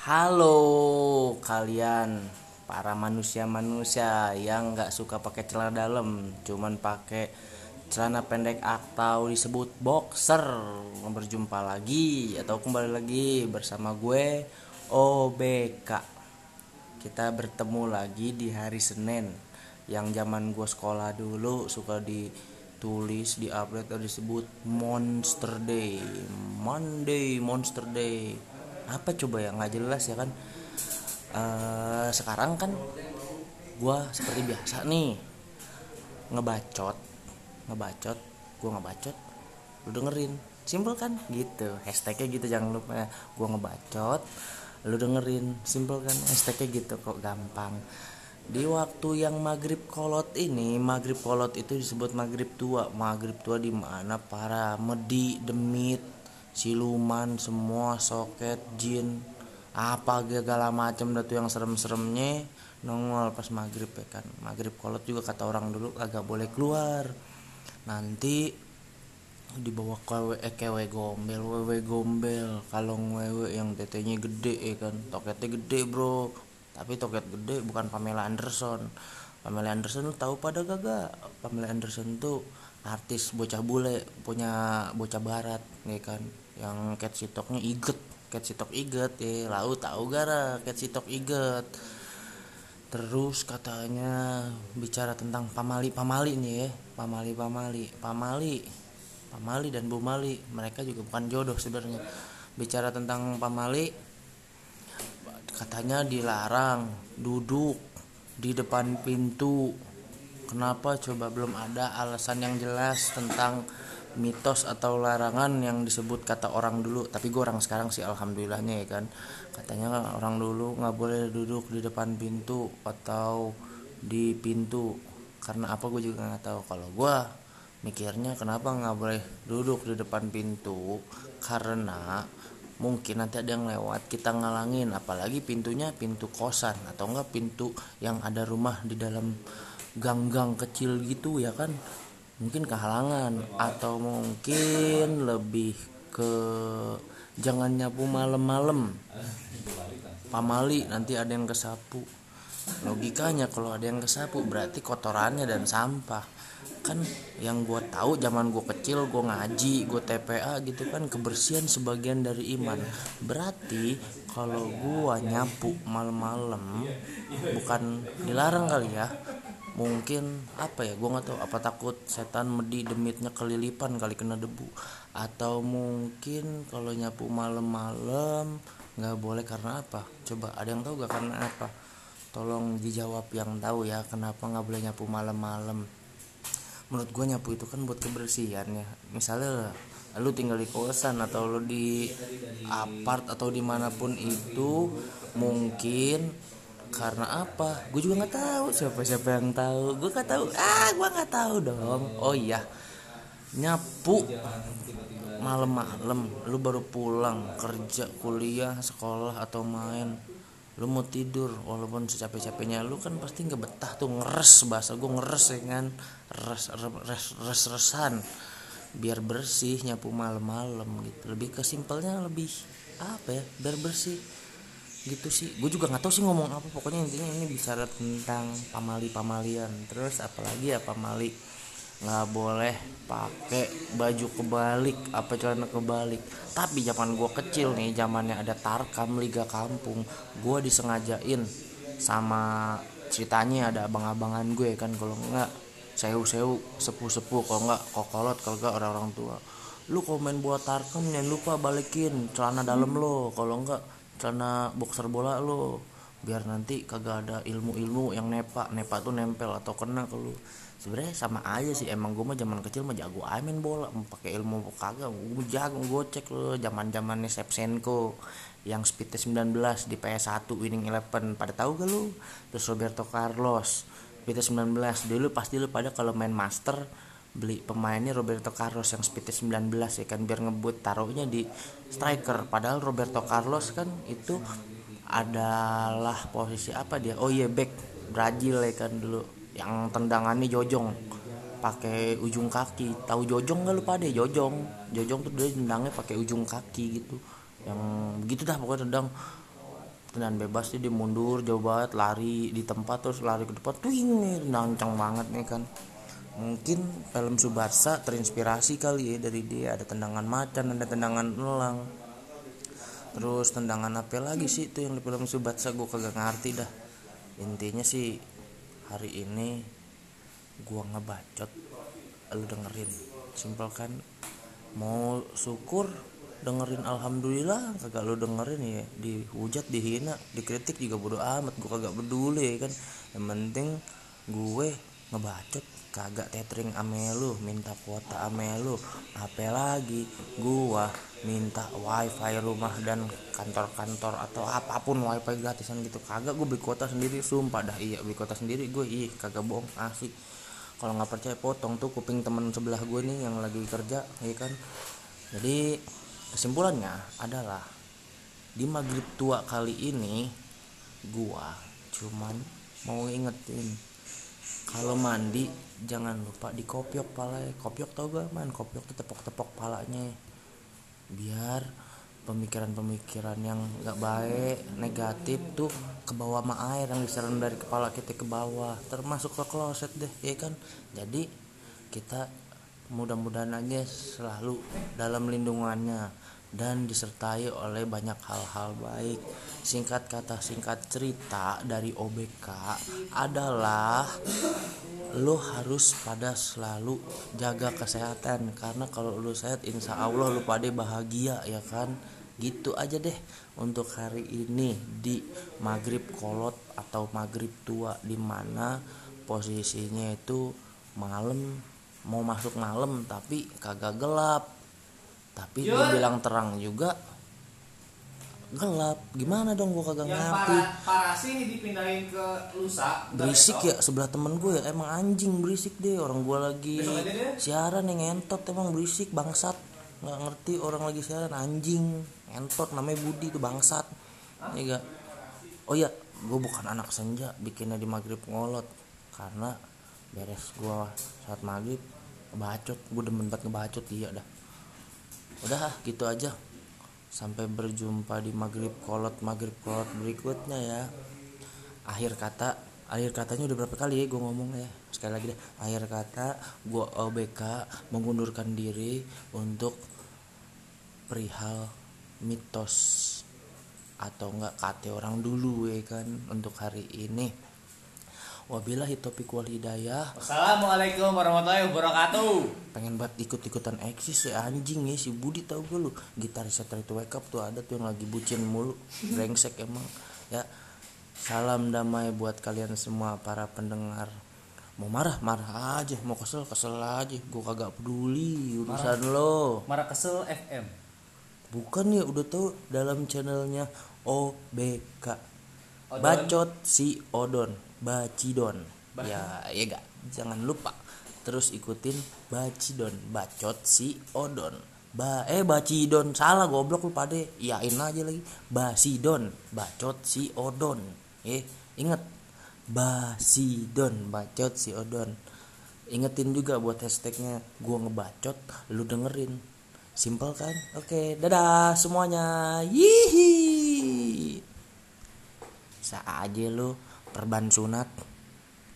Halo kalian para manusia-manusia yang nggak suka pakai celana dalam, cuman pakai celana pendek atau disebut boxer. Berjumpa lagi atau kembali lagi bersama gue OBK. Kita bertemu lagi di hari Senin. Yang zaman gue sekolah dulu suka ditulis di update atau disebut Monster Day, Monday, Monster Day. Apa coba ya, nggak jelas ya kan. Sekarang kan gue seperti biasa nih ngebacot ngebacot gue ngebacot, lu dengerin, simpel kan gitu hashtagnya gitu, jangan lupa gue ngebacot lu dengerin, simpel kan hashtagnya gitu, kok gampang. Di waktu yang maghrib kolot ini, maghrib kolot itu disebut maghrib tua. Maghrib tua di mana para medi, demit, siluman, semua soket, jin, apa segala macam dah tuh yang serem-seremnya nongol pas maghrib ya kan. Maghrib kolot juga kata orang dulu agak boleh keluar. Nanti dibawa kewe gombel, wewe gombel, kalong wewe yang tetenya gede ya kan, toketnya gede bro. Tapi toket gede bukan Pamela Anderson. Pamela Anderson lu tahu pada gak? Pamela Anderson tuh artis bocah bule, punya bocah barat ya kan, yang cat sitoknya iget, cat sitok iget ya, lau tahu gara cat sitok iget. Terus katanya bicara tentang pamali nih ya, pamali dan Bu Mali, mereka juga bukan jodoh sebenarnya. Bicara tentang pamali, katanya dilarang duduk di depan pintu. Kenapa coba? Belum ada alasan yang jelas tentang mitos atau larangan yang disebut kata orang dulu. Tapi gue orang sekarang sih alhamdulillahnya ya kan. Katanya orang dulu nggak boleh duduk di depan pintu atau di pintu. Karena apa gue juga nggak tahu. Kalau gue mikirnya kenapa nggak boleh duduk di depan pintu, karena mungkin nanti ada yang lewat kita ngalangin, apalagi pintunya pintu kosan atau enggak pintu yang ada rumah di dalam gang-gang kecil gitu ya kan, mungkin kehalangan. Atau mungkin lebih ke jangan nyapu malam-malam, pamali nanti ada yang kesapu. Logikanya kalau ada yang kesapu berarti kotorannya dan sampah kan. Yang gue tahu zaman gue kecil, gue ngaji, gue TPA gitu kan, kebersihan sebagian dari iman. Berarti kalau gue nyapu malam-malam bukan dilarang kali ya, mungkin apa ya, gue nggak tahu, apa takut setan medi demitnya kelilipan kali kena debu. Atau mungkin kalau nyapu malam-malam nggak boleh karena apa coba, ada yang tahu gak karena apa? Tolong dijawab yang tahu ya, kenapa nggak boleh nyapu malam-malam. Menurut gue nyapu itu kan buat kebersihan ya. Misalnya lu tinggal di kosan atau lu di apart atau dimanapun itu, mungkin karena apa? Gue juga nggak tahu. Siapa yang tahu? Gue nggak tahu. Gue nggak tahu dong. Oh iya, nyapu malam-malam. Lu baru pulang kerja, kuliah, sekolah atau main, lu mau tidur, walaupun secapek-capeknya lu kan pasti nggak betah tuh, ngeres, bahasa gue ngeres ya kan, resan biar bersih. Nyapu malam-malam gitu, lebih ke simpelnya, lebih apa ya, biar bersih gitu sih. Gue juga nggak tahu sih ngomong apa, pokoknya intinya ini bicara tentang pamalian. Terus apalagi ya, pamali nggak boleh pakai baju kebalik, apa celana kebalik. Tapi zaman gue kecil nih, zamannya ada Tarkam Liga Kampung, gue disengajain sama, ceritanya ada abang-abangan gue kan, kalau nggak sewu sepuh kalau nggak kokolot, kalau nggak orang-orang tua, lu kalau main bola Tarkam jangan lupa balikin celana dalam lo, kalau nggak celana boxer bola lo, biar nanti kagak ada ilmu yang nepa tuh nempel atau kena ke lu. Sebenarnya sama aja sih, emang gue mah zaman kecil mah jago aja main bola, mau pakai ilmu kagak gue jago. Gue cek lo zaman-zamannya Shevchenko yang speednya 19 di PS1 Winning Eleven, pada tahu gak lu? Terus Roberto Carlos speednya 19 dulu, pasti lu pada kalau main master beli pemainnya Roberto Carlos yang speednya 19 ya kan, biar ngebut taruhnya di striker. Padahal Roberto Carlos kan itu adalah posisi apa dia? Oh iya, back Brazil ya kan dulu, yang tendangannya jojong pakai ujung kaki. Tahu jojong gak lu pada? Jojong tuh dia tendangnya pakai ujung kaki gitu, yang begitu dah pokoknya tendang dan bebas dia mundur jauh banget, lari di tempat terus lari ke depan tuh, ini nancang banget nih kan. Mungkin film Subarsa terinspirasi kali ya dari dia, ada tendangan macan, ada tendangan elang, terus tendangan apa lagi sih itu yang di film Subarsa, gue kagak ngerti dah. Intinya sih hari ini gue ngebacot, lu dengerin, simpel kan. Mau syukur dengerin alhamdulillah, kagak lu dengerin ya dihujat, dihina, dikritik juga bodo amat, gue kagak peduli kan. Yang penting gue ngebacot, kagak tethering ame lu, minta kuota ame lu, apa lagi gua minta wifi rumah dan kantor-kantor atau apapun wifi gratisan gitu, kagak. Gue beli kuota sendiri, sumpah dah, iya beli kuota sendiri gue, iya kagak bohong asli. Kalau nggak percaya potong tuh kuping temen sebelah gue nih yang lagi kerja, ya kan. Jadi kesimpulannya adalah di maghrib tua kali ini gua cuman mau ingetin, kalau mandi jangan lupa dikopiok palanya. Kopiok tau gak man? Kopiok tuh tepok-tepok palanya, biar pemikiran-pemikiran yang gak baik, negatif tuh ke bawah sama air yang diserang dari kepala kita ke bawah, termasuk ke kloset deh, ya kan. Jadi kita mudah-mudahan aja selalu dalam lindungannya dan disertai oleh banyak hal-hal baik. Singkat kata, singkat cerita dari OBK adalah lo harus pada selalu jaga kesehatan, karena kalau lo sehat insya Allah lo pada bahagia, ya kan. Gitu aja deh untuk hari ini di maghrib kolot atau maghrib tua, dimana posisinya itu malam, mau masuk malam tapi kagak gelap, tapi dibilang terang juga gelap. Gimana dong, gua kagak ngerti. Parasi ini dipindahin ke Lusa. Berisik ya sebelah temen gue ya, emang anjing berisik deh. Orang gua lagi siaran nih ngentot, emang berisik bangsat. Nggak ngerti orang lagi siaran, anjing ngentot, namanya Budi tuh bangsat. Ya gak? Oh ya, gue bukan anak senja bikinnya di maghrib ngolot, karena beres gua saat maghrib ngebacot, gue demen banget ngebacot, iya dah. Udah gitu aja, sampai berjumpa di maghrib kolot berikutnya ya. Akhir katanya udah berapa kali ya gue ngomong ya, sekali lagi deh. Akhir kata, gue OBK mengundurkan diri untuk perihal mitos atau enggak kate orang dulu, ya kan, untuk hari ini. Wabillahi taufiq wal hidayah. Assalamualaikum warahmatullahi wabarakatuh. Pengen banget ikut-ikutan eksis ya anjing ya, si Budi tau gue lu, gitaris Saturday to Wake Up tuh ada tuh yang lagi bucin mulu, brengsek emang ya. Salam damai buat kalian semua para pendengar. Mau marah aja, mau kesel aja, gue kagak peduli urusan lo. Marah kesel FM. Bukan ya, udah tau dalam channelnya OBK, Bacot si Odon, Bacidon. Ya gak, jangan lupa terus ikutin Bacidon, Bacot si Odon. Bacidon, salah goblok lu pade. Iyain aja lagi. Basidon, Bacot si Odon. Inget, Basidon, Bacot si Odon. Ingetin juga buat hashtagnya, gua ngebacot, lu dengerin. Simpel kan? Oke, dadah semuanya. Yihi. Sa aja lu perban sunat.